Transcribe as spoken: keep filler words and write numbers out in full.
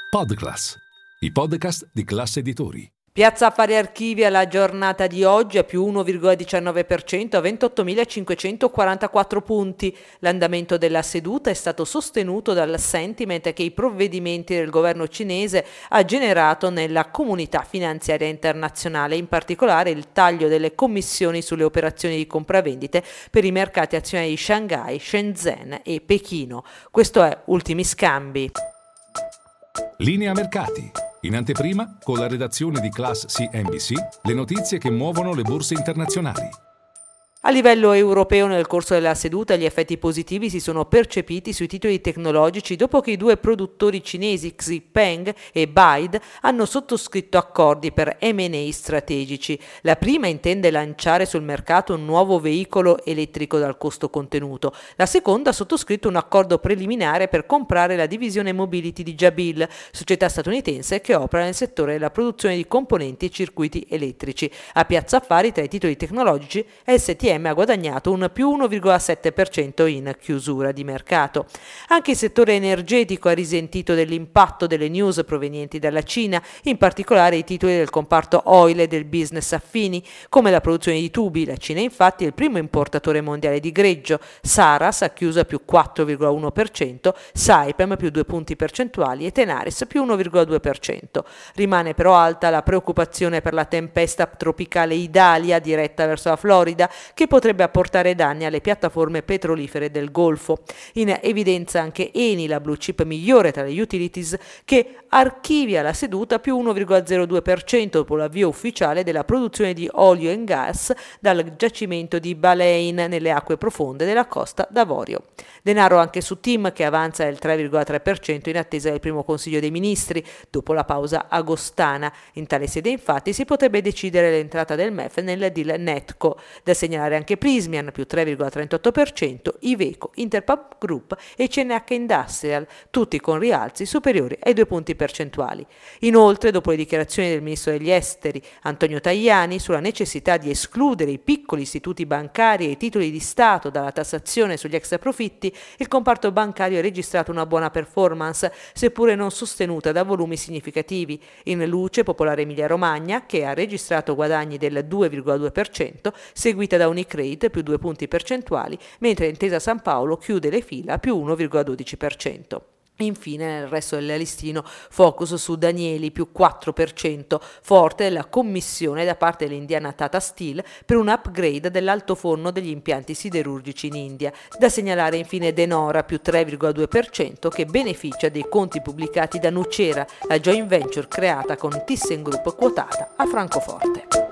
Podclass, i podcast di Class Editori. Piazza Affari Archivia la giornata di oggi a più uno virgola diciannove per cento a ventottomilacinquecentoquarantaquattro punti. L'andamento della seduta è stato sostenuto dal sentiment che i provvedimenti del governo cinese ha generato nella comunità finanziaria internazionale, in particolare il taglio delle commissioni sulle operazioni di compravendite per i mercati azionari di Shanghai, Shenzhen e Pechino. Questo è Ultimi Scambi. Linea mercati. In anteprima, con la redazione di Class C N B C, le notizie che muovono le borse internazionali. A livello europeo nel corso della seduta gli effetti positivi si sono percepiti sui titoli tecnologici dopo che i due produttori cinesi Xpeng e Bide hanno sottoscritto accordi per M and A strategici. La prima intende lanciare sul mercato un nuovo veicolo elettrico dal costo contenuto. La seconda ha sottoscritto un accordo preliminare per comprare la divisione mobility di Jabil, società statunitense che opera nel settore della produzione di componenti e circuiti elettrici. A Piazza Affari tra i titoli tecnologici S T M ha guadagnato un più uno virgola sette per cento in chiusura di mercato. Anche il settore energetico ha risentito dell'impatto delle news provenienti dalla Cina, in particolare i titoli del comparto oil e del business affini, come la produzione di tubi. La Cina infatti è il primo importatore mondiale di greggio. Saras ha chiuso a più quattro virgola uno per cento, Saipem più due punti percentuali e Tenaris più uno virgola due per cento. Rimane però alta la preoccupazione per la tempesta tropicale Idalia diretta verso la Florida, che potrebbe apportare danni alle piattaforme petrolifere del Golfo. In evidenza anche Eni, la blue chip migliore tra le utilities, che archivia la seduta più uno virgola zero due per cento dopo l'avvio ufficiale della produzione di olio e gas dal giacimento di Baleine nelle acque profonde della Costa d'Avorio. Denaro anche su TIM, che avanza del tre virgola tre per cento in attesa del primo Consiglio dei Ministri dopo la pausa agostana. In tale sede infatti si potrebbe decidere l'entrata del M E F nel deal Netco. Da segnalare anche Prismian più tre virgola trentotto per cento, Iveco, Interpump Group e C N H Industrial, tutti con rialzi superiori ai due punti percentuali. Inoltre, dopo le dichiarazioni del ministro degli esteri Antonio Tajani sulla necessità di escludere i piccoli istituti bancari e i titoli di Stato dalla tassazione sugli extraprofitti, il comparto bancario ha registrato una buona performance, seppure non sostenuta da volumi significativi. In luce Popolare Emilia Romagna, che ha registrato guadagni del due virgola due per cento, seguita da Unicredit più due punti percentuali, mentre Intesa San Paolo chiude le fila a più uno virgola dodici per cento. Infine, nel resto del listino, focus su Danieli più quattro per cento, forte della commissione da parte dell'indiana Tata Steel per un upgrade dell'altoforno degli impianti siderurgici in India. Da segnalare infine De Nora più tre virgola due per cento, che beneficia dei conti pubblicati da Nucera, la joint venture creata con ThyssenKrupp quotata a Francoforte.